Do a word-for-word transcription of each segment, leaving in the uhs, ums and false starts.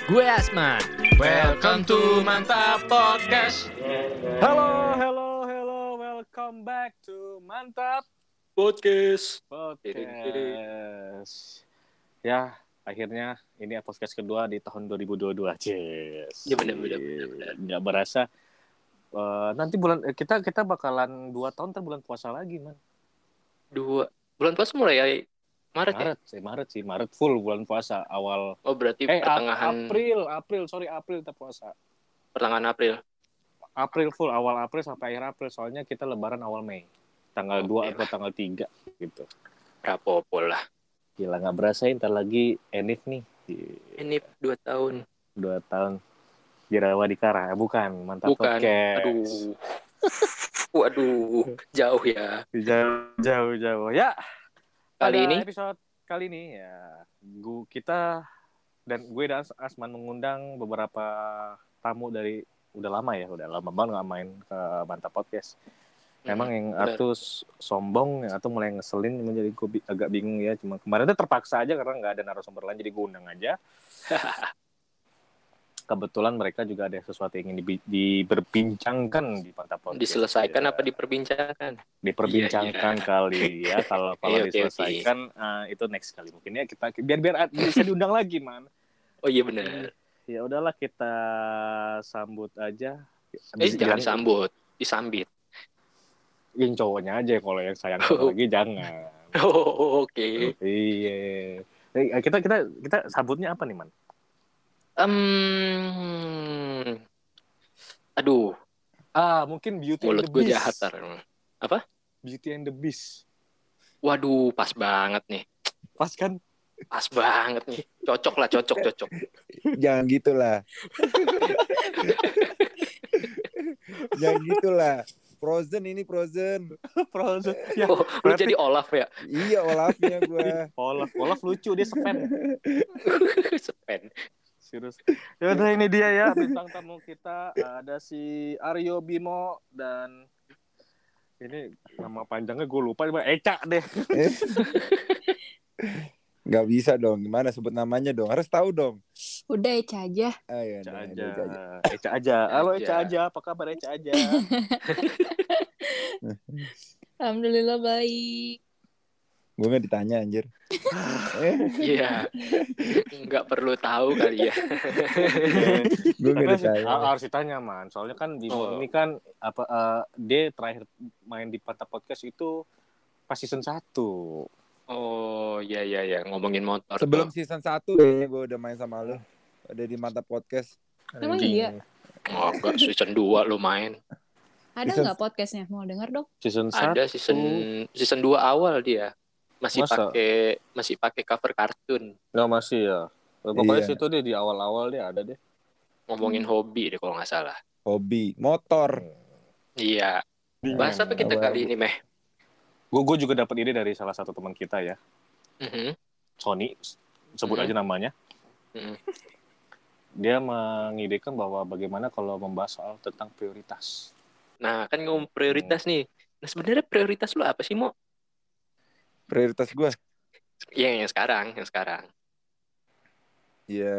Gue Asman. Welcome to Mantap Podcast. Halo, halo, halo, welcome back to Mantap Podcast. Podcast. Ya, akhirnya ini podcast kedua di tahun dua ribu dua puluh dua. Yes. Ya benar benar benar. Nggak berasa uh, nanti bulan kita kita bakalan dua tahun ter bulan puasa lagi, man. Dua bulan puasa mulai ya Maret, Maret ya? sih, Maret sih, Maret full bulan puasa awal. Oh berarti eh pertengahan April, April, sorry April kita puasa. pertengahan April. April full, awal April sampai akhir April, soalnya kita lebaran awal Mei. Tanggal Oke dua lah. atau tanggal tiga gitu. Rapopo lah. Gila, nggak berasa ntar lagi Enif nih. Ini dua tahun. Dua tahun. Jerawa Dikara, bukan. Mantap Bukan. podcast. Aduh. Waduh, jauh ya. Jauh, jauh, jauh. Ya, Kali pada ini episode kali ini ya, gua, kita dan gue dan Asman mengundang beberapa tamu dari udah lama ya, udah lama banget nggak main ke Mantap Podcast. Memang yang benar. atau sombong, yang atau mulai ngeselin, menjadi gue bi- agak bingung ya. Cuma kemarin tuh terpaksa aja karena nggak ada narasumber lain, jadi gue undang aja. Kebetulan mereka juga ada sesuatu yang ingin dibi- diberbincangkan di Mantap Podcast. diselesaikan Ya. apa diperbincangkan? Diperbincangkan Iya, iya. kali ya. Kalau kalau Oke, oke, diselesaikan eh, itu next kali mungkin ya, kita biar biar bisa diundang lagi, man. Oh iya benar. Ya udahlah, kita sambut aja. Eh Bisa jangan bilang- sambut, disambit. Yang cowoknya aja, kalau yang sayang Oh. lagi jangan. Oh, oke. Iya. Eh, Kita kita kita sambutnya apa nih, man? Um, aduh, Ah, mungkin Beauty and mulut the gue Beast. jahat tar. Apa? Beauty and the Beast. Waduh, pas banget nih. Pas kan? Pas banget nih. Cocok lah, cocok, cocok. Jangan gitulah. Jangan gitulah. Frozen ini Frozen. Frozen. Ya, Oh, lu berarti- jadi Olaf ya? Iya Olafnya gue. Olaf, Olaf lucu, dia sepen. Sepen. Serius. Ya udah, ini dia ya bintang tamu kita, ada si Aryo Bimo, dan ini nama panjangnya gue lupa, coba Eca deh. Gak bisa dong. Gimana sebut namanya dong? Harus tahu dong. Udah Eca aja. Ayo, Eca dong, aja. Eca aja. Eca aja. Halo Eca. Eca aja, apa kabar Eca aja? Alhamdulillah baik. Gue gak ditanya anjir. Eh, Iya. Nggak perlu tahu kali ya. gue Tapi gak harus, ditanya. harus ditanya, man. Soalnya kan Bimo Oh. ini kan apa eh, dia terakhir main di Mantap Podcast itu pas season satu. Oh, iya, iya, iya. Ngomongin motor. Sebelum tuh. season satu kayaknya gue udah main sama lu. Ada di Mantap Podcast. Emang Anjing. iya? Oh, enggak. Season dua lu main. Ada Season- nggak podcastnya? Mau denger dong? Season Ada satu. season season dua awal dia. Masih Masa? pakai masih pakai cover kartun. Nggak, masih ya. Pokoknya Iya. situ dia di awal-awal dia ada deh. Ngomongin hobi deh kalau nggak salah. Hobi. Motor. Iya. Bahas apa kita Apa- kali ini, Meh? Gue gue juga dapat ide dari salah satu teman kita ya, Mhm. Sony, sebut Hmm. aja namanya. Mhm. Dia mengidekan bahwa bagaimana kalau membahas soal tentang prioritas. Nah, kan ngomong prioritas nih. Nah, sebenarnya prioritas lu apa sih, Mo? Prioritas gue. Yang yang sekarang, yang sekarang. Ya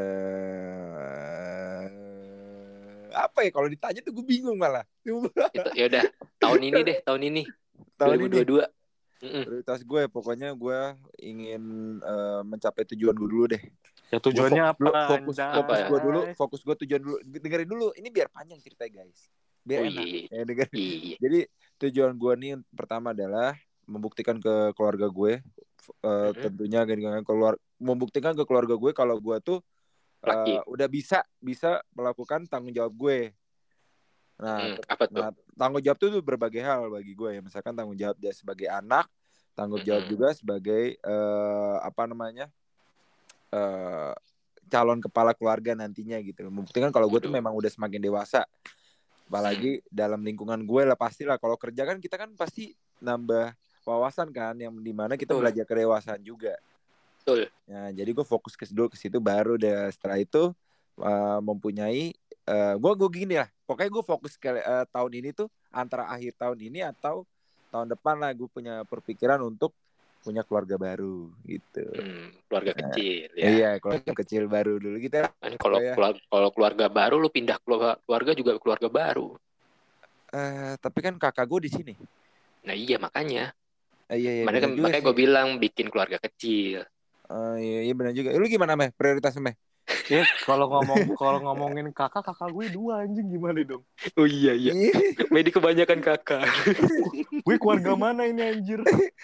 apa ya kalau ditanya tuh gue bingung malah. Itu ya udah, tahun ini deh, tahun ini. Tahun ini dua ribu dua puluh dua. Mm-mm. prioritas gue pokoknya gue ingin eh, mencapai tujuan gue dulu deh. Ya tujuannya Gua apa? fok- Fokus, Anjay? fokus Apa? gue dulu, fokus gue tujuan dulu. Dengerin dulu, ini biar panjang ceritanya guys. Biar Oh, enak. iya. Ya, dengerin. Iya. Jadi tujuan gue nih pertama adalah membuktikan ke keluarga gue, f- eh, Mhm. tentunya dengan keluar, membuktikan ke keluarga gue kalau gue tuh eh, Laki. udah bisa bisa melakukan tanggung jawab gue. Nah, Hmm, apa tuh? Nah, tanggung jawab itu berbagai hal bagi gue ya. Misalkan tanggung jawab dia sebagai anak, tanggung jawab Mm-mm. juga sebagai eh, apa namanya eh, calon kepala keluarga nantinya gitu. Membuktikan kalau gue tuh Waduh. memang udah semakin dewasa. Apalagi dalam lingkungan gue lah pastilah. Kalau kerja kan kita kan pasti nambah wawasan kan, yang dimana kita Betul. belajar kedewasaan juga. Betul. Nah, jadi gue fokus ke dulu ke situ, baru deh setelah itu eh, mempunyai eh gue gue gini lah. Pokoknya gue fokus ke eh, tahun ini tuh antara akhir tahun ini atau tahun depan lah gue punya perpikiran untuk punya keluarga baru gitu. Hmm, keluarga Nah, kecil ya. Iya, keluarga kecil baru dulu kita. Kan kalau Oh, ya. keluarga, kalau keluarga baru lu pindah keluarga, keluarga juga keluarga baru. Eh, tapi kan kakak gue di sini. Nah iya makanya. Eh, iya, iya, Makanya, benar juga makanya sih. gue bilang bikin keluarga kecil. Eh, iya, iya benar juga. Lu gimana Meh? Prioritasnya Meh? Ya kalau ngomong kalau ngomongin kakak kakak gue dua anjing gimana dong? Oh iya iya. Medi kebanyakan kakak. Gue keluarga mana ini anjir?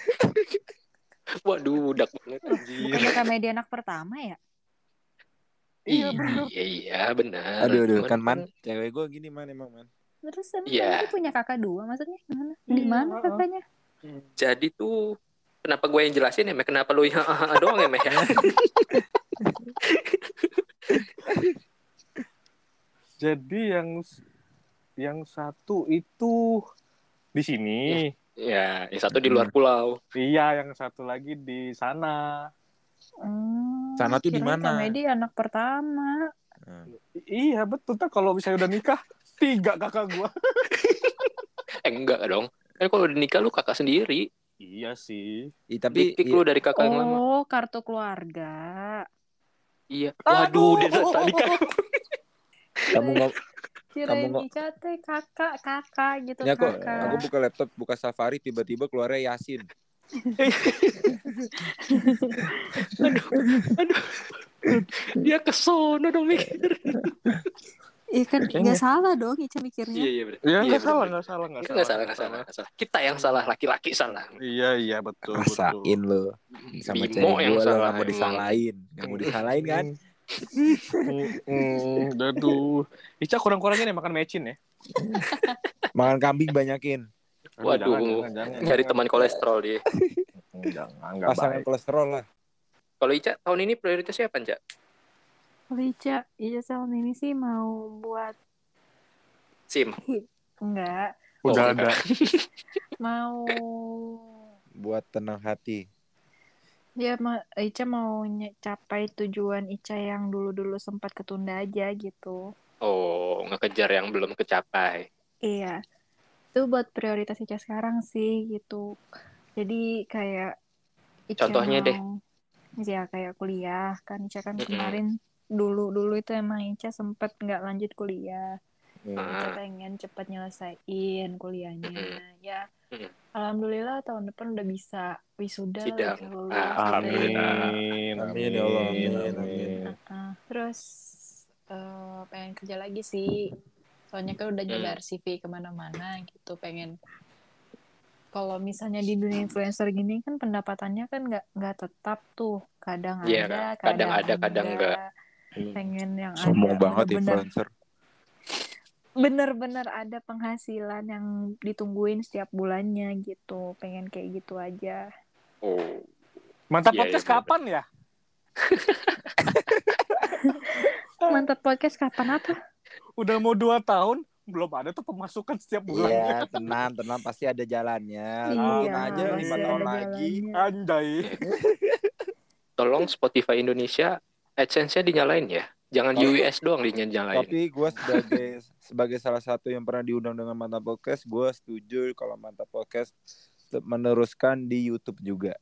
Waduh, udah banget anjir. Bukannya Kak Medi anak pertama ya? Iya Iya bener. iya, iya benar. Aduh, aduh, Cuman kan man, cewek gue gini man emang man. Terus emang Iya. Kak Medi punya kakak dua maksudnya? Mana? Di Iya, mana heeh. kakaknya? Jadi tuh kenapa gue yang jelasin ya, Meh? Kenapa lu yang doang ya, Meh? Jadi yang yang satu itu di sini. Ya, yang satu di luar pulau. Iya, yang satu lagi di sana. Hmm, Sana tuh di kirain mana? Kak Medi anak pertama. Nah. I- iya betul kan kalau misalnya udah nikah tiga kakak gua. Eh enggak dong. Kan kalau udah nikah lu kakak sendiri. Iya sih. Ih, tapi Dik-dik iya, lu dari kakak yang lama. Oh, kartu keluarga. Iya. Aduh. Waduh, dia tadi kan. kamu ngom Kirain Kamu nggak- Ica teh kakak, kakak gitu ini aku kakak. aku buka laptop, buka Safari, tiba-tiba keluarnya Yasin. Aduh. Dia kesono dong mikir. Iya kan nggak salah dong Ica mikirnya. Iya, iya benar. Ya Iya, nggak benar, salah benar. nggak salah nggak Enggak salah enggak salah, enggak salah, enggak salah. Kita yang salah, laki-laki salah. Iya iya betul Rasain betul. lo sama Bimo cewek yang gue lo salah, nggak mau emang. disalahin, nggak mau disalahin kan? Hmm, aduh. Ica kurang-kurangin ya makan mecin ya. Makan kambing banyakin. Aduh, Waduh, jangan, jangan, jangan, nyari jangan. teman kolesterol dia. Jangan, nggak Pasangan baik. kolesterol lah. Kalau Ica tahun ini prioritasnya apa, Cak? Kalau Ica, Ica tahun ini sih mau buat SIM. enggak, Udah Oh, ada. mau Buat tenang hati. ya ma- Ica mau nye- capai tujuan Ica yang dulu-dulu sempat ketunda aja gitu. Oh, ngekejar yang belum kecapai. Iya, itu buat prioritas Ica sekarang sih gitu. Jadi kayak Ica Contohnya mau, deh. ya kayak kuliah kan Ica kan Mm-mm. kemarin dulu-dulu itu emang Ica sempet nggak lanjut kuliah. Ica Ah. pengen cepet nyelesain kuliahnya. Mm-mm. Ya, Mm-mm. alhamdulillah tahun depan udah bisa wisuda, Sidang. bisa lulus. Ah, gitu ya. alhamdulillah. Amin, Amin, ya Allah, amin, amin. amin. Uh-uh. Terus eh, pengen kerja lagi sih. Soalnya kan udah nyebar C V kemana-mana gitu. Pengen kalau misalnya di dunia influencer gini kan pendapatannya kan nggak nggak tetap tuh. Kadang Iya, ada, kadang ada, kadang enggak. Pengen yang Sombong ada banget bener-bener influencer. bener-bener ada penghasilan yang ditungguin setiap bulannya gitu. Pengen kayak gitu aja. Oh. Mantap Iya, podcast iya, bener. kapan ya? Mantap podcast kapan apa? Udah mau dua tahun, belum ada tuh pemasukan setiap bulannya. Iya, tenang, tenang, pasti ada jalannya. Mungkin Iya, aja pasti lima ada tahun lagi. jalannya. Anjay. Tolong Spotify Indonesia AdSense-nya dinyalain ya. Jangan Tapi- U S doang dinyalain. Tapi gue sebagai sebagai salah satu yang pernah diundang dengan Mantap Podcast, gue setuju kalau Mantap Podcast tetap meneruskan di YouTube juga.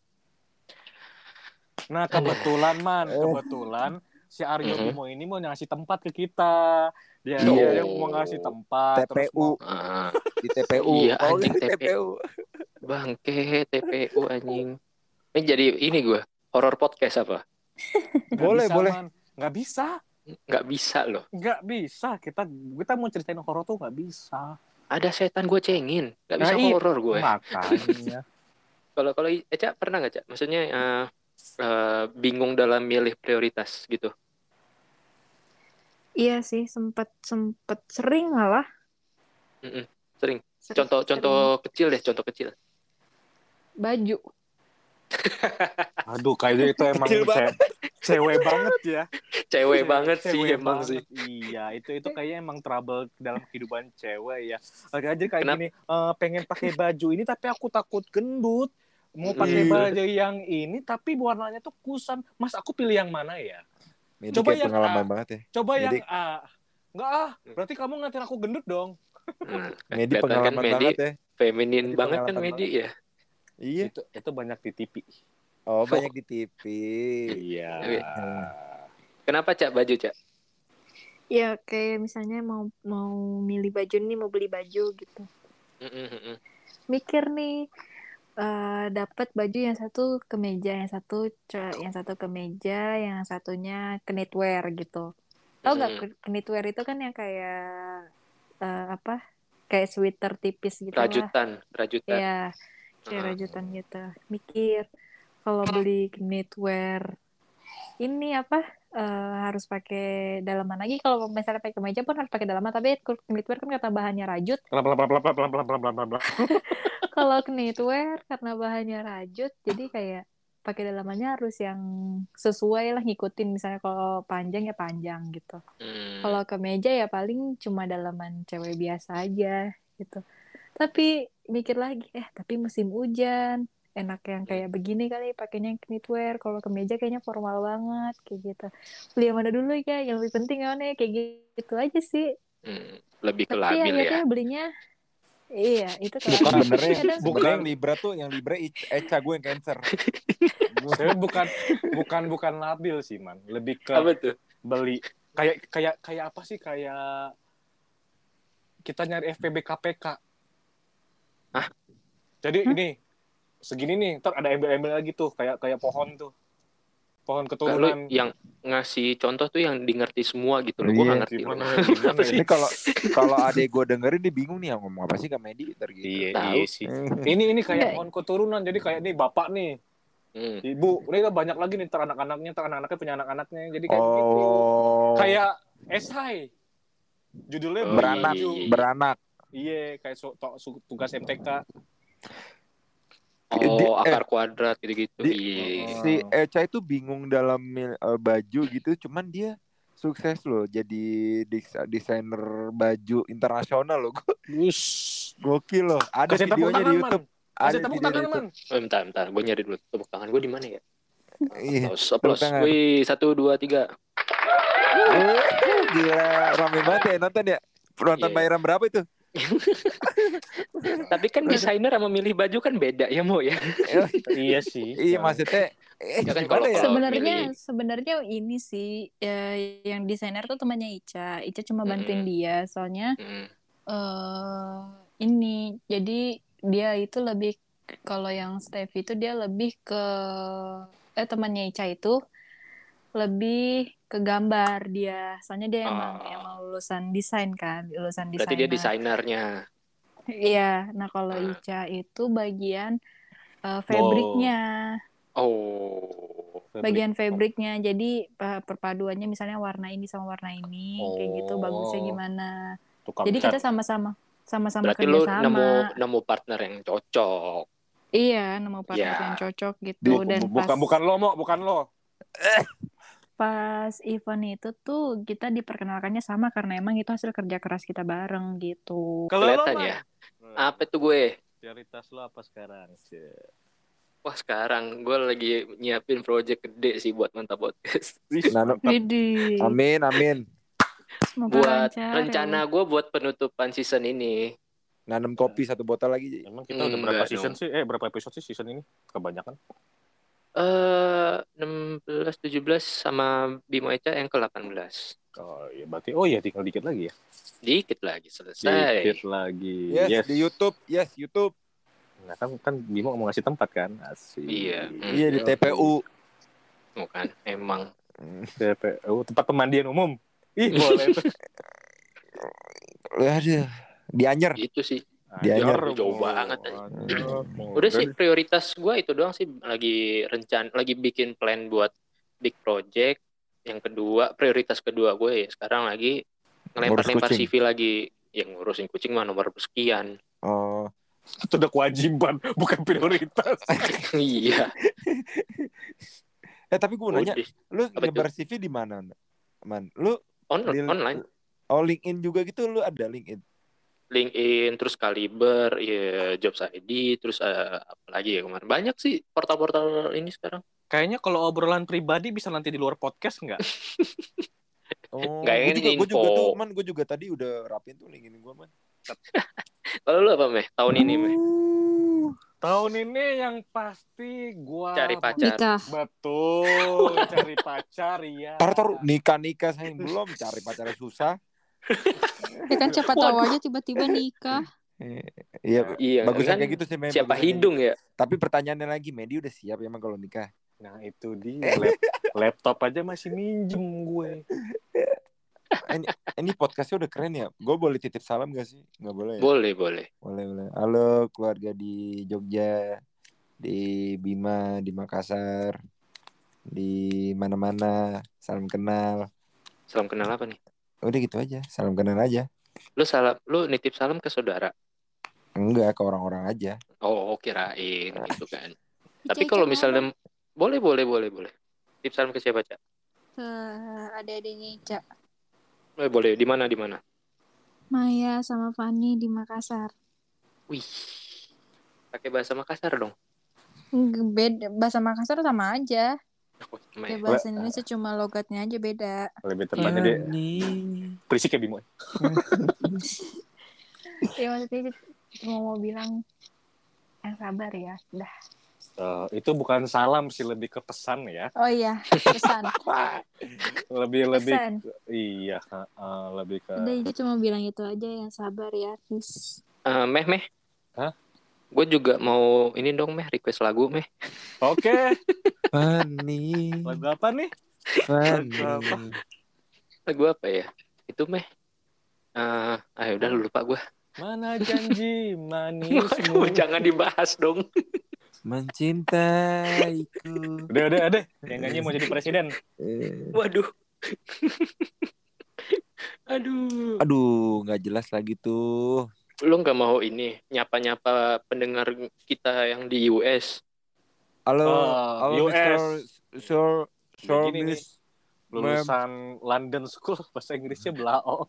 Nah kebetulan man, kebetulan si Aryo Mhm. Bimo ini mau ngasih tempat ke kita. Dia Oh. dia yang mau ngasih tempat. T P U. Terus mau- Ah, Di T P U. Iya, Mau anjing, di T P U. bangke T P U anjing. Ini jadi ini gue horror podcast apa? Nggak Boleh, bisa, boleh. Man. Nggak bisa, Nggak bisa loh. nggak bisa. Kita kita mau ceritain horor tuh nggak bisa. Ada setan gue cengin. Nggak bisa Nah, iya. horror gue. Makanya. Kalau kalau Eca pernah nggak Cak? Maksudnya eh, eh, bingung dalam milih prioritas gitu. Iya sih, sempet sempet sering malah. Mm-mm, sering. Sering- Contoh-contoh kecil deh, contoh kecil. sering. Baju. Aduh, kayaknya itu emang Kecil ce- cewek banget ya. Cewek Ce- banget sih cewek emang banget. sih. Iya, itu itu kayaknya emang trouble dalam kehidupan cewek ya. Oke aja kayak Kenapa? gini, eh, pengen pakai baju ini tapi aku takut gendut. Mau pakai Iya. baju yang ini tapi warnanya tuh kusam. Mas, aku pilih yang mana ya? Ini Coba kayak yang pengalaman A. banget ya. Coba yang Jadi- A. Enggak ah, berarti kamu ngatain aku gendut dong. Nah, Medi kelihatan kan pengalaman Medi banget ya. feminin Medi banget kan pengalaman Medi ya. Iya. Itu itu banyak di T V. Oh, banyak di T V. Iya. Kenapa Cak baju Cak? Ya kayak misalnya mau mau milih baju nih, mau beli baju gitu. Mm-mm-mm. Mikir nih eh dapat baju yang satu kemeja, yang satu ce- yang satu kemeja, yang satunya knitwear gitu. Tahu nggak Mm-mm. knitwear itu kan yang kayak eh, apa? Kayak sweater tipis gitu lah. Rajutan, rajutan. Ya, kayak Heeh. rajutan gitu. Mikir kalau beli knitwear ini apa? eh, harus pakai dalaman lagi. Kalau misalnya pakai kemeja pun harus pakai dalaman. Tapi knitwear kan karena bahannya rajut. Pelan pelan pelan pelan pelan pelan pelan pelan pelan. Kalau knitwear karena bahannya rajut, jadi kayak pakai dalamannya harus yang sesuai lah, ngikutin. Misalnya kalau panjang ya panjang gitu. Hmm. Kalau kemeja ya paling cuma dalaman cewek biasa aja gitu. Tapi mikir lagi, eh tapi musim hujan, enak yang kayak begini kali pakainya yang knitwear. Kalau kemeja kayaknya formal banget kayak gitu. Beli yang mana dulu ya? Yang lebih penting mana? Kayak gitu aja sih. Hmm. Lebih ke Tapi labil ya. akhirnya belinya iya, itu Bukan kalau sebenarnya, kadang sebenarnya Bukan. yang Libra tuh, yang Libra I- Eca, gue yang Cancer. Saya bukan bukan bukan labil sih, man. Lebih ke Apa tuh? beli kayak kayak kayak apa sih, kayak kita nyari F P B K P K. Hah? Jadi Hah? ini segini nih, ntar ada embel-embel lagi tuh, kayak kayak pohon tuh. Pohon Kalau keturunan. yang ngasih contoh tuh yang di ngerti semua gitu loh. Gue Iya, nggak ngerti. gimana, loh. gimana Apa ya? sih? Ini kalau kalau adek gue dengerin dia bingung nih, yang ngomong apa sih Kamedi ntar gitu. Iya, Tahu. iya sih. Ini ini kayak Enggak. pohon keturunan. Jadi kayak nih bapak nih, Hmm. ibu, ini kan banyak lagi nih ntar anak-anaknya, ntar anak-anaknya punya anak-anaknya. Jadi kayak begitu. Oh, Kayak esai. Judulnya Oh, beranak, iya, iya, iya. beranak. Iya, kayak so, to, su- tugas M T K. Di- Oh, eh, akar kuadrat gitu-gitu. di- Iya. Si Eca itu bingung dalam mil- eh, baju gitu, cuman dia sukses loh jadi dis- desainer baju internasional loh. Wush. Gokil loh. Ada Kasih tepuk videonya di tangan, YouTube. man. Kasih Ada tepuk video di tangan, YouTube. man. Oh, bentar, bentar. Gue nyari dulu. Tepuk tangan gue di mana ya? Iya, Aplaus, tepuk aplaus. tangan. Wih, satu, dua, tiga. Eh, Gila, rame banget ya nonton ya. Penonton Iya. bayaran berapa itu? Tapi kan desainer sama milih baju kan beda ya, Mo ya. Iya sih. Iya, maksudnya eh, Ya kan gimana kalau- ya? kalau- sebenarnya milih. sebenarnya ini sih ya, yang desainer tuh temannya Ica. Ica cuma bantuin Mm-mm. dia soalnya Hmm. eh ini jadi dia itu lebih kalau yang Steffi itu dia lebih ke eh temannya Ica itu lebih ke gambar dia. Soalnya dia emang Oh. emang lulusan desain kan, lulusan Berarti dia desainer. desainernya. Iya, nah kalau Hmm. Ica itu bagian eh, fabriknya. Oh. Bagian fabriknya, jadi uh, perpaduannya misalnya warna ini sama warna ini kayak gitu, bagusnya Oh. gimana. Tukang Jadi cat. kita sama-sama sama-sama Berarti lu kerja nemu sama. nemu partner yang cocok. Iya, nemu partner Ya. yang cocok gitu. Bu- Dan bu- pas bukan bukan lo, Mo, bukan lo. pas event itu tuh kita diperkenalkannya sama karena emang itu hasil kerja keras kita bareng gitu. Kalau lo, Kelihatan Man. ya. Apa tuh gue? Prioritas lo apa sekarang? Wah, sekarang gue lagi nyiapin project gede sih buat Mantap Podcast. Nah, Widih, amin, amin. semoga Buat lancar. rencana gue buat penutupan season ini. Nanam kopi satu botol lagi. Emang kita udah berapa Enggak season dong. sih? Eh, berapa episode sih season ini? Kebanyakan. Eh, enam belas, tujuh belas sama Bimo Eca yang ke delapan belas. Oh iya, berarti oh iya tinggal dikit lagi ya. Dikit lagi selesai. Dikit lagi. Yes, Yes. di YouTube, yes, YouTube. Nah, kan kan Bimo mau ngasih tempat kan? Asik. Iya. Hmm. Iya, di T P U. Bukan, emang. T P U tempat pemandian umum. Ih, boleh tuh. Aduh, di Anyer. Gitu sih. Di Anyer. Jauh, jauh banget. Anyer. Udah sih prioritas gue itu doang sih, lagi rencana, lagi bikin plan buat big project. Yang kedua, prioritas kedua gue ya sekarang lagi ngelempar-lempar Ngurus C V lagi. Yang ngurusin kucing mah nomor sekian. Oh, Itu udah kewajiban, bukan prioritas. Iya. eh tapi gue mau nanya, Udah. lu Apa nyebar C V di mana, Man? Lu On- di- online. Oh, LinkedIn juga gitu, lu ada LinkedIn? LinkedIn, terus Kaliber, ya Jobs I D, terus uh, apa lagi ya kemarin. Banyak sih portal-portal ini sekarang. Kayaknya kalau obrolan pribadi bisa nanti di luar podcast nggak? Oh, Nggak, gue ini juga, gue info. juga tuh, Man, gue juga tadi udah rapin tuh LinkedIn gue, Man. Kalau lu apa, Meh? Tahun ini, Meh? Uh, Tahun ini yang pasti gua Cari pacar. Nikah. Betul, cari pacar ya. Taruh-taruh nikah-nikah saya belum cari pacarnya susah. Ya kan siapa tahu aja tiba-tiba nikah. Iya, Iya, bagusnya kan kayak gitu sih, Mem. siapa Bagusnya kayak hidung gitu. ya? Tapi pertanyaannya lagi, Medi udah siap emang kalau nikah? Nah itu dia, lap, laptop aja masih minjem gue. Ini, ini podcastnya udah keren ya. Gue boleh titip salam gak sih? Gak boleh ya? Boleh, boleh. Boleh, boleh. Halo keluarga di Jogja, di Bima, di Makassar, di mana-mana. Salam kenal. Salam kenal apa nih? Udah gitu aja, salam kenal aja. Lu salam, lu nitip salam ke saudara? Enggak, ke orang-orang aja. Oh, kirain gitu kan. Tapi Ica-ica kalau ngomong. misalnya boleh, boleh, boleh, boleh. Tip salam ke siapa, Cak? Ke adik-adiknya Ica. Eh, boleh. Di mana, di mana? Maya sama Fani di Makassar. Wih. Pakai bahasa Makassar dong. Nggak, beda, bahasa Makassar sama aja. Oh, Kayak me- bahasa Indonesia cuma logatnya aja beda. Lebih tepatnya dia berisik ya Bimo. Ya maksudnya cuma mau bilang yang sabar ya. Dah. Uh, itu bukan salam sih, lebih ke pesan ya. Oh iya, pesan. Lebih lebih Pesan. iya, uh, lebih ke. Udah, dia cuma bilang itu aja, yang sabar ya, please. Eh, meh, meh. Hah? Gue juga mau ini dong, meh. Request lagu, meh. Oke. Fani, Lagu apa nih? Fani. Lagu apa? Lagu apa ya? Itu, meh. Eh, ah, udah lupa gue. Mana janji manismu? Waduh, jangan dibahas dong. Mencintaiku. Udah, udah, udah. Yang nyanyi mau jadi presiden. Eh, Waduh. Aduh. Aduh, nggak jelas lagi tuh. Lu nggak mau ini nyapa-nyapa pendengar kita yang di U S? Halo, Oh, halo U S. Mister Sir, Sir Begini nih, Miss. lulusan London School bahasa Inggrisnya belao.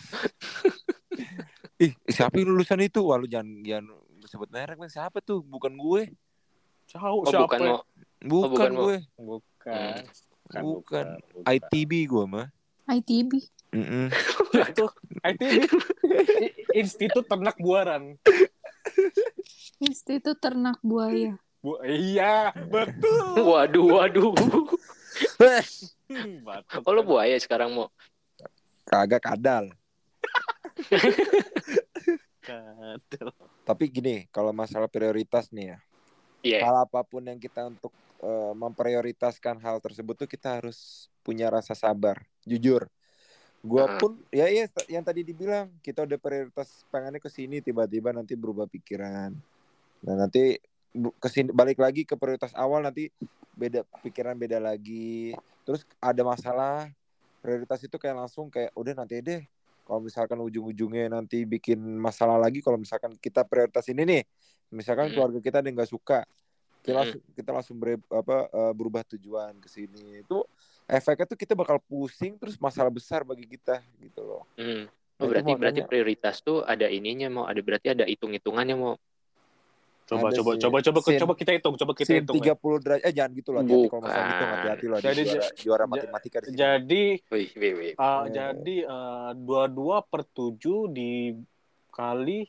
Ih, siapa yang lulusan itu? Wah, lu jangan jangan sebut merek, men. Siapa tuh? Bukan gue. Tahu Oh, siapa? bukan mau. Bukan, bukan mau. gue. Bukan. Bukan. bukan. I T B gue mah. I T B. Mm-mm. Itu I T B. Institut Ternak Buaran. Institut Ternak Buaya. Bu, iya, betul. Waduh, waduh. Batuk. Kalau buaya sekarang mau. Kagak kadal. Kadal. Tapi gini, kalau masalah prioritas nih ya. Iya. Hal apapun yang kita untuk uh, memprioritaskan hal tersebut tuh kita harus punya rasa sabar. Jujur. Gua Uh-huh. pun ya ya yang tadi dibilang kita udah prioritas pengennya ke sini, tiba-tiba nanti berubah pikiran. Nah, nanti ke sini balik lagi ke prioritas awal, nanti beda pikiran, beda lagi. Terus ada masalah, prioritas itu kayak langsung kayak udah nanti deh. Kalau misalkan ujung-ujungnya nanti bikin masalah lagi, kalau misalkan kita prioritas ini nih, misalkan Mm-hmm. keluarga kita ada yang nggak suka, kita Mm-hmm. langsung kita langsung ber, apa uh, berubah tujuan ke sini. Itu efeknya tuh kita bakal pusing, terus masalah besar bagi kita gitu loh. Hmm. Nah, Oh, berarti makanya, berarti prioritas tuh ada ininya mau, ada berarti ada hitung-hitungannya mau. Coba ada coba sih. coba coba Sin, coba kita hitung, coba kita sin hitung. tiga puluh derajat. Eh jangan gitu loh, hati-hati kalau masalah hitung, Bukan. hati-hati loh. Jadi Juara, j- juara j- matematika di sini. Jadi Wih, wih, wih. uh, Eh. jadi uh, dua puluh dua per tujuh dikali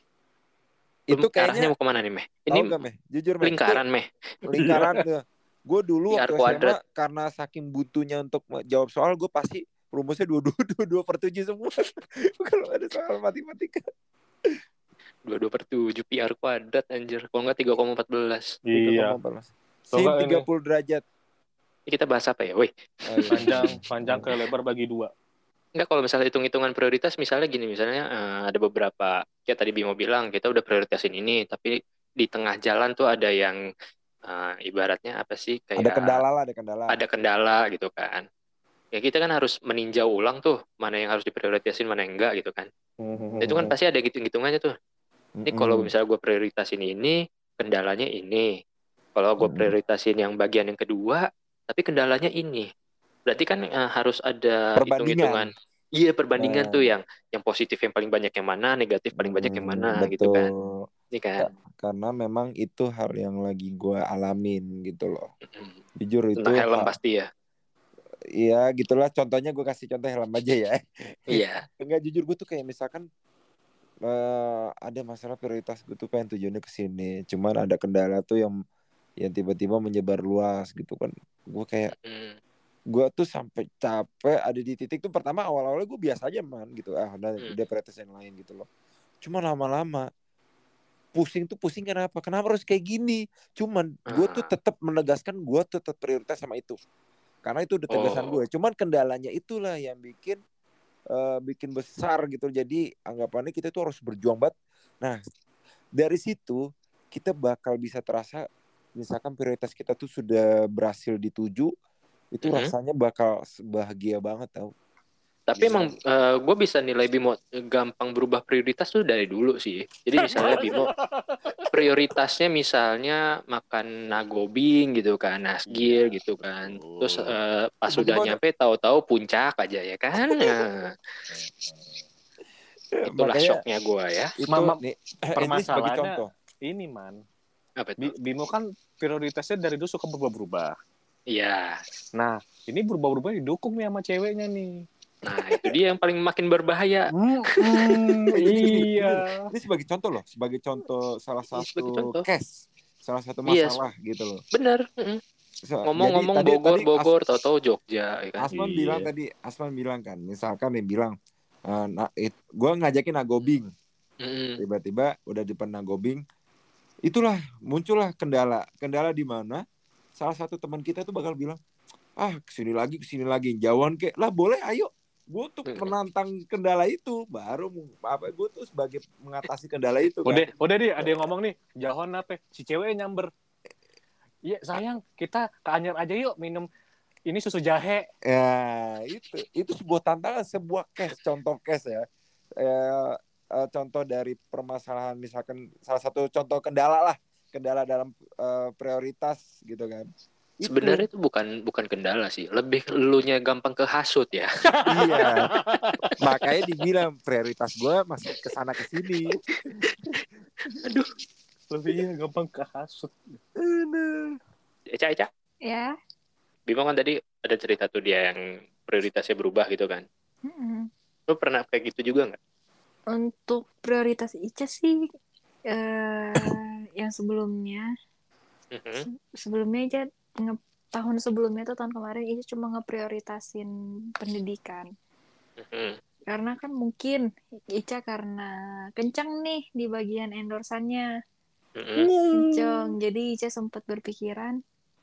Itu Arahnya kayaknya mau kemana nih, Meh? tahu Ini gak, Meh? Jujur, Meh. lingkaran, Meh. Itu lingkaran tuh. Gue dulu Pi R waktu S M A kuadrat. karena saking butuhnya untuk jawab soal, gue pasti rumusnya dua dua dua dua per tujuh semua. Kalau ada soal matematika. dua puluh dua per tujuh pi r kuadrat anjir. Kalau enggak tiga koma empat belas. iya. Sin Coba tiga ini puluh derajat. Ini kita bahas apa ya? Woi. Oh, iya. panjang panjang ke lebar bagi dua. Enggak, kalau misalnya hitung-hitungan prioritas misalnya gini, misalnya eh, ada beberapa kayak tadi Bimo bilang kita udah prioritasin ini, tapi di tengah jalan tuh ada yang eh, ibaratnya apa sih kayak Ada kendala lah, ada kendala. ada kendala gitu kan. Ya kita kan harus meninjau ulang tuh mana yang harus diprioritasin, mana yang enggak gitu kan. Nah, itu kan pasti ada hitung-hitungannya tuh. Ini kalau misalnya gue prioritasin ini, kendalanya ini. Kalau gue prioritasin yang bagian yang kedua, tapi kendalanya ini. Berarti kan uh, harus ada hitung-hitungan. Iya, perbandingan nah. tuh yang yang positif yang paling banyak yang mana, negatif paling hmm, banyak yang mana betul. Gitu kan. Ini kan. Karena memang itu hal yang lagi gue alamin gitu loh. Mm-hmm. Jujur itu. Tentang helm pasti ya. Iya, gitulah contohnya, gue kasih contoh helm aja ya. Iya. Enggak, jujur gue tuh kayak misalkan uh, ada masalah prioritas gue tuh pengen tujuannya ke sini. Cuman ada kendala tuh yang yang tiba-tiba menyebar luas gitu kan. Gue kayak Hmm. gue tuh sampai capek ada di titik tuh pertama awal-awalnya gue biasa aja man gitu. Ah, udah Hmm. udah prioritas yang lain gitu loh. Cuma lama-lama pusing tuh pusing kenapa? Kenapa harus kayak gini? Cuman gue tuh Ah. tetap menegaskan gue tetap prioritas sama itu. Karena itu udah tegasan Oh. gue. Cuman kendalanya itulah yang bikin uh, bikin besar gitu. Jadi anggapannya kita tuh harus berjuang banget. Nah, dari situ kita bakal bisa terasa misalkan prioritas kita tuh sudah berhasil dituju, itu Mm-hmm. rasanya bakal bahagia banget tau. Tapi Bisa. emang uh, gue bisa nilai Bimo gampang berubah prioritas tuh dari dulu sih. Jadi misalnya Bimo prioritasnya misalnya makan nagobing gitu kan, nasgir Iya, gitu kan. betul. Terus uh, pas Tiba-tiba sudah ada- nyampe tahu-tahu puncak aja ya kan. Nah, itulah Makanya shocknya gue ya. itu Mama- nih permasalahannya ini sebagai contoh. Ini man, Apa Bi- tuh? Bimo kan prioritasnya dari dulu suka berubah-berubah. Iya. Nah, ini berubah-berubah didukung nih sama ceweknya nih. Nah, itu dia yang paling makin berbahaya. Mm-mm, Eh, gini, gini, iya. Ini sebagai contoh loh, sebagai contoh salah Ini sebagai satu contoh. case, salah satu Yes. masalah gitu loh. Bener. Mm-mm. So, Ngomong-ngomong jadi, tadi, Bogor, tadi Bogor, As- tahu-tahu Jogja. Ya kan? Asman Iya. bilang tadi, Asman bilang kan, misalkan dia bilang, uh, nah, it, gue ngajakin nagobing, Mm-mm. tiba-tiba udah di depan nagobing, itulah muncullah kendala, kendala di mana salah satu teman kita tuh bakal bilang, ah kesini lagi, kesini lagi, jauhan kek, lah boleh, ayo, gue tuh Mm-mm. menantang kendala itu, baru apa gue tuh sebagai mengatasi kendala itu kan. Udah, udah deh, ada yang ngomong nih, jauhan apa? Si cewek nyamber. Iya, sayang, kita ke Anyer aja yuk minum ini susu jahe. Ya, itu itu sebuah tantangan, sebuah case, contoh case ya. Eh, eh, contoh dari permasalahan misalkan salah satu contoh kendala lah, kendala dalam eh, prioritas gitu kan. Itu. Sebenarnya itu bukan bukan kendala sih, lebih elunya gampang kehasut ya. Iya. Makanya dibilang prioritas gue masih kesana kesini. Aduh, Lebih gampang kehasut. Eca, Eca. Ya. Bimo kan tadi ada cerita tuh dia yang prioritasnya berubah gitu kan. Mm-mm. Lu pernah kayak gitu juga nggak? Untuk prioritas Ica sih eh, yang sebelumnya Mm-hmm. se- sebelumnya Ica nge- tahun sebelumnya tuh tahun kemarin Ica cuma ngeprioritasin pendidikan. Mm-hmm. Karena kan mungkin Ica karena kencang nih di bagian endorsannya. Mm-hmm. Kencang. Jadi Ica sempat berpikiran,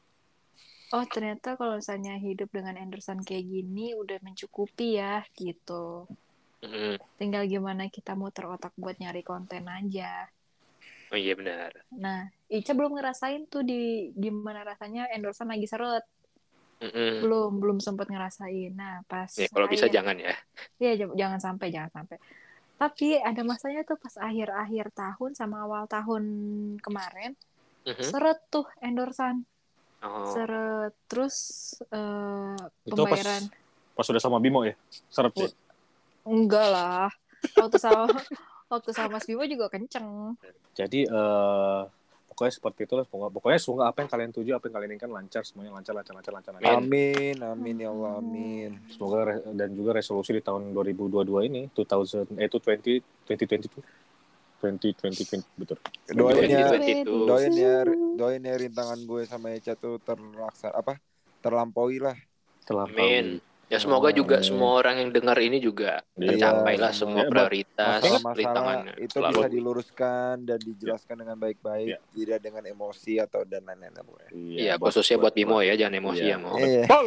oh ternyata kalau misalnya hidup dengan endorsan kayak gini udah mencukupi ya gitu. Mm-hmm. Tinggal gimana kita muter otak buat nyari konten aja. Oh iya benar. Nah, Ica belum ngerasain tuh di gimana rasanya endorsan lagi seret. Mm-hmm. Belum, belum sempat ngerasain. Nah, pas Ya kalau bisa akhir- jangan ya. Iya, j- jangan sampai, jangan sampai. Tapi ada masanya tuh pas akhir-akhir tahun sama awal tahun kemarin, Mm-hmm. seret tuh endorsan. Oh. Seret. Terus eh, Itu pembayaran. pas, pas sudah sama Bimo ya? Seret ya? Enggak lah. Waktu sama waktu sama Mas Bimo juga kenceng. Jadi eh pokoknya seperti itu lah. Pokoknya semoga apa yang kalian tuju, apa yang kalian inginkan lancar, semuanya lancar, lancar, lancar, lancar. lancar. Amin, amin ya Allah, amin. Semoga re- dan juga resolusi di tahun dua ribu dua puluh dua ini, dua ribu eh itu dua puluh dua ribu dua puluh dua ribu dua puluh betul. Doain ya, dua ribu dua puluh dua. doain ya, doain ya rintangan gue sama Eca tuh terlaksana apa? Terlampaui lah. Amin. Ya semoga juga semua orang yang dengar ini juga tercapai lah Iya, semua semua. prioritas, Masalah-masalah rintangannya. itu Selalu. bisa diluruskan dan dijelaskan dengan baik-baik, Ya. tidak dengan emosi atau dan lain-lain. Iya, khususnya buat Bimo ya, jangan emosi Iya. ya mau. Iya. Betul.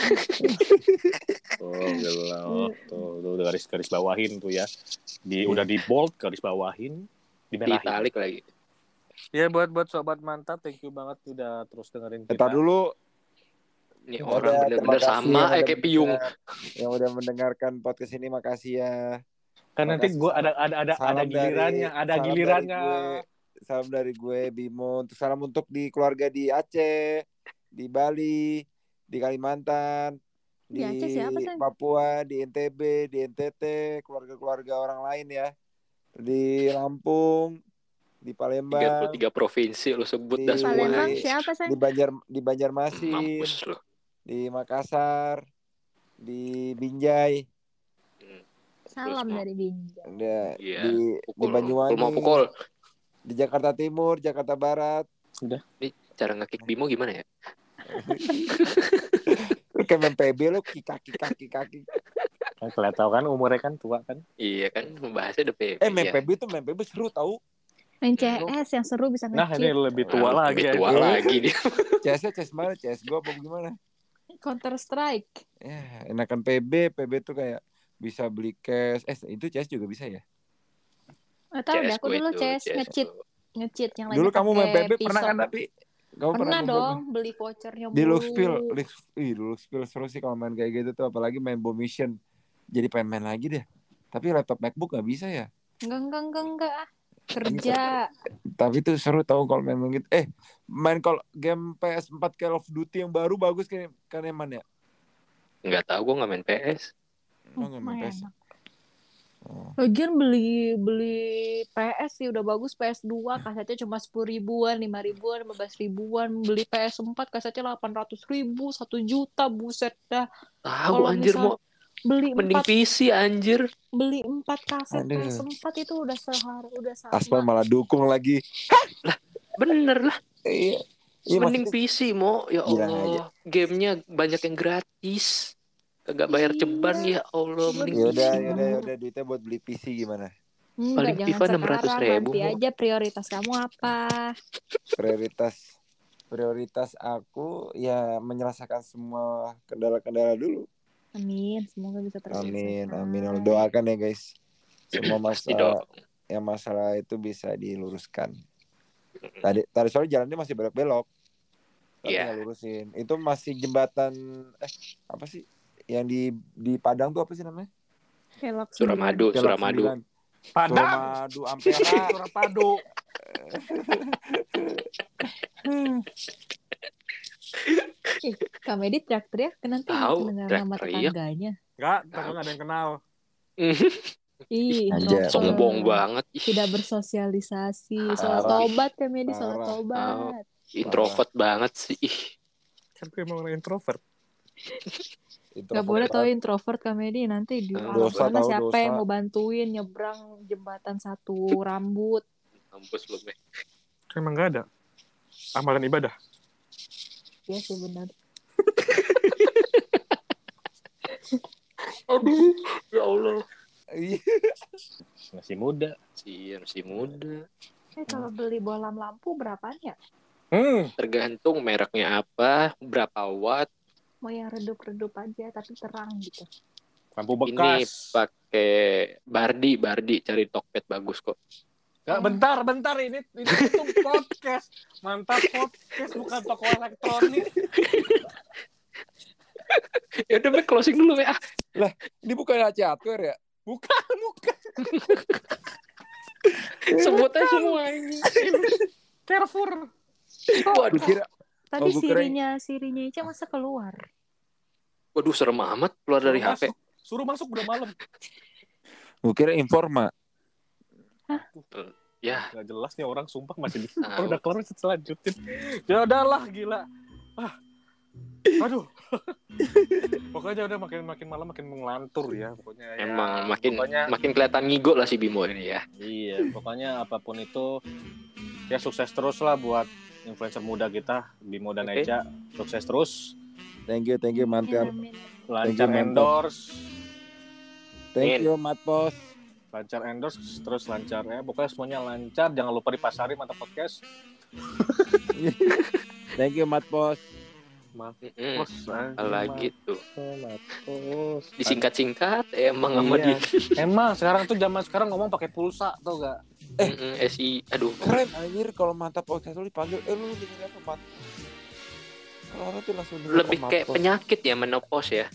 Oh, gila. Oh, tuh, tuh garis garis bawahin tuh ya. Di udah di bold, garis bawahin, dimerahin. Ditalik lagi. Ya buat buat sobat mantap, thank you banget udah terus dengerin kita. Kita dulu Ini Udah, orang bener-bener terima kasih sama yang eh udah kayak piung. mendengar- yang udah mendengarkan podcast ini, makasih ya. Kan nanti Makasih. gue ada ada ada Salam ada dari- gilirannya, ada salam gilirannya. dari gue, salam dari gue Bimo. Untuk salam untuk di keluarga di Aceh, di Bali, di Kalimantan, Di di Aceh siapa, San? Papua, di N T B, di N T T, keluarga-keluarga orang lain ya. Di Lampung, di tiga puluh Palembang, tiga provinsi lu sebut dah Di- semua. Palembang Wah. siapa sih? di Banjar di Banjarmasin, Mampus lu. di Makassar, di Binjai. Hmm. Salam Terus, dari Binjai. Ada Iya, di di pukul. Banyuwangi, Lu mau pukul. di Jakarta Timur, Jakarta Barat. Sudah. Ini cara nge-kick Bimo gimana ya? Lu kayak main P B lu kaki kaki kaki. Kan kelihatan kan umurnya kan tua kan. Iya kan, membahasnya udah P B. Eh main ya. P B tuh main P B seru tahu. Main C S yang seru bisa Nah ini nge-cheat. lebih tua Nah, lagi. lebih tua aja. lagi dia. C S-nya C S mana? C S G O apa gimana? Counter Strike. Ya, enakan P B, P B tuh kayak bisa beli cash. Eh, itu C S juga bisa ya? Nggak tahu deh, aku C S dulu itu, C S C S nge-cheat. itu. Nge-cheat yang lagi Dulu kamu main P B pakai pernah pisau. kan tapi? Kamu Pernah main dong, P B? beli vouchernya Di mulu. Luxpil, Lux, ih Luxpil seru sih kalau main kayak gitu tuh, apalagi main Bomb Mission. Jadi pengen main lagi deh. Tapi laptop MacBook nggak bisa ya. Enggak, enggak, enggak, enggak. ah. Kerja. Tapi tuh seru tahu kalau main gitu. Eh, main kalau game P S four Call of Duty yang baru bagus kan kan Eman ya? Nggak tahu, gue nggak main P S. Oh, nggak main P S. enak. Oh. Lagian beli beli P S sih udah bagus, P S two kasetnya cuma sepuluh ribuan, lima ribuan, lima belas ribuan. Beli P S four kasetnya delapan ratus ribu, satu juta, buset dah. Tahu Kalau anjir misal mau beli mending empat P C anjir. beli empat kaset Aduh. P S four itu udah sehari udah sama. Asman malah dukung lagi. Bener lah. Iya. Iya, Mending maksudnya- P C mo, ya Bilang Allah. Gamenya banyak yang gratis. Kagak bayar Iya. ceban, ya Allah. Mending Ya P C. udah, ya udah, ya udah duitnya buat beli P C gimana? Enggak, Paling jangan FIFA enam ratus sekarang, ribu, nanti Mo. aja prioritas kamu apa? Prioritas prioritas aku ya menyelesaikan semua kendala-kendala dulu. Amin, semoga bisa terselesaikan. Amin, amin. Doakan ya guys. Semua Pasti masalah dong. yang masalah itu bisa diluruskan. Tadi tadi soalnya jalannya masih belok-belok. Tapi Iya. nggak lurusin. Itu masih jembatan eh apa sih? Yang di di Padang tuh apa sih namanya? Kelok Suramadu, Kelak Suramadu. sembilan. Padang. Suramadu Ampera. Surapadu. Ih, Kamedi teriak-teriak kan nanti Tahu, mendengar nama teriak-teriak. tetangganya. Enggak, takut ada yang kenal. Ih, Anjay. introvert. Sombong banget. Ih, Tidak bersosialisasi. Sholat Parah. tobat Kamedi, sholat Parah. tobat. introvert banget sih. Ih, Kan gue emang orang introvert. Gak boleh tau introvert Kamedi, nanti di alam Dosa sana tahu, siapa dosa. yang mau bantuin nyebrang jembatan satu rambut. mampus lu, Meh. Kan emang gak ada. Amalan ibadah. Iya sih benar. Aduh, ya Allah. Iya. Masih muda. Si masih muda. Eh kalau beli bohlam lampu berapaan ya? Hmm. Tergantung mereknya apa, berapa watt. Mau yang redup-redup aja tapi terang gitu. Lampu Ini bekas. pakai Bardi, Bardi cari Tokped bagus kok. Gak, bentar, bentar. Ini, ini itu podcast. Mantap podcast, bukan toko elektronik. Ya udah, Meh, closing dulu, Meh. Ah, Ini bukan H C Hardware ya? Bukan, bukan. sebut aja semua ini. Carrefour. Waduh, Kira Tadi Oh, gua kira- sirinya sirinya Ica masa keluar. waduh serem amat keluar dari Suruh H P. masuk. Suruh masuk udah malam. gue kira Informa. Ya, Gak jelas nih orang, sumpah masih di. Tahu. Kalau udah kelar bisa selanjutin. Ya udahlah, gila. Ah. Aduh. Pokoknya udah makin makin malam makin mengelantur ya. Pokoknya ya, emang makin pokoknya, makin kelihatan ngigo lah si Bimo ini ya. iya, pokoknya apapun itu ya sukses terus lah buat influencer muda kita, Bimo dan Oke. Eca. Sukses terus. Thank you, thank you, mantap. Amin. Lancar Thank you, mantap. endorse. Thank you, Matpos. Lancar endorse, terus lancar ya. Pokoknya semuanya lancar. Jangan lupa dipasari Mantap Podcast. Thank you, Matpos. Maaf. Mm-mm. Bos, anjing, Apalagi tuh Matpos. disingkat-singkat emang sama Iya. dia. Emang sekarang tuh zaman sekarang ngomong pakai pulsa tuh gak? Eh. Mm-mm, S I, aduh. Keren anjir kalau Mantap Podcast lu dipanggil, eh lu dengerin apa Mat? Kalau orang tuh langsung denger Lebih apa, kayak Matpos. penyakit ya menopause ya.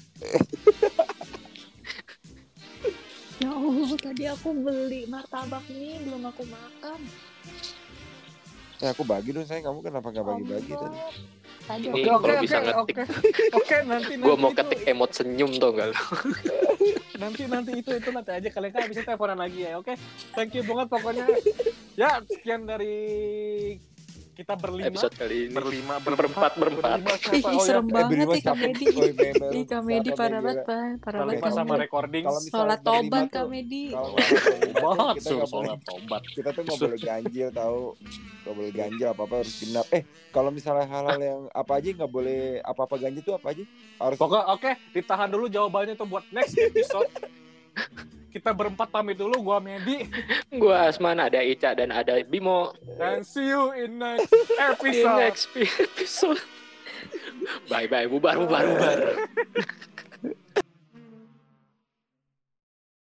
Ya Allah, tadi aku beli martabak nih belum aku makan. Eh aku bagi dong sayang, kamu kenapa gak bagi-bagi tadi? Tadi Ini Oke aku oke kalau oke bisa oke ngetik. oke nanti Gue nanti mau itu, ketik emot senyum tuh gak lu? nanti nanti itu itu nanti aja kalian kan bisa teleponan lagi ya. Oke, thank you banget pokoknya. Ya sekian dari kita berlima. Episode kali ini. Berlima, berempat, berempat. berlima Ih, siapa? Oh, serem ya. banget berlima nih siapa? Kamedi. Oi, member. Ih, Kamedi Siapa parah yang banget, gila? Pak. Parah Berlima banget sama Kamedi. recording. Kalau misalnya Sholat berlima tobat tuh, Kamedi. Kalau misalnya berlima tuh Tobat, kita nggak boleh, sholat tobat. kita tuh nggak boleh ganjil tahu, nggak boleh ganjil apa apa harus genap. Eh kalau misalnya hal-hal yang apa aja nggak boleh apa apa ganjil tuh apa aja harus. Pokoknya oke, ditahan dulu jawabannya tuh buat next episode. Kita berempat pamit dulu, gua Medi. Gua Asman, ada Ica dan ada Bimo. And see you in next In episode. next episode. Bye bye, bubar bubar bubar.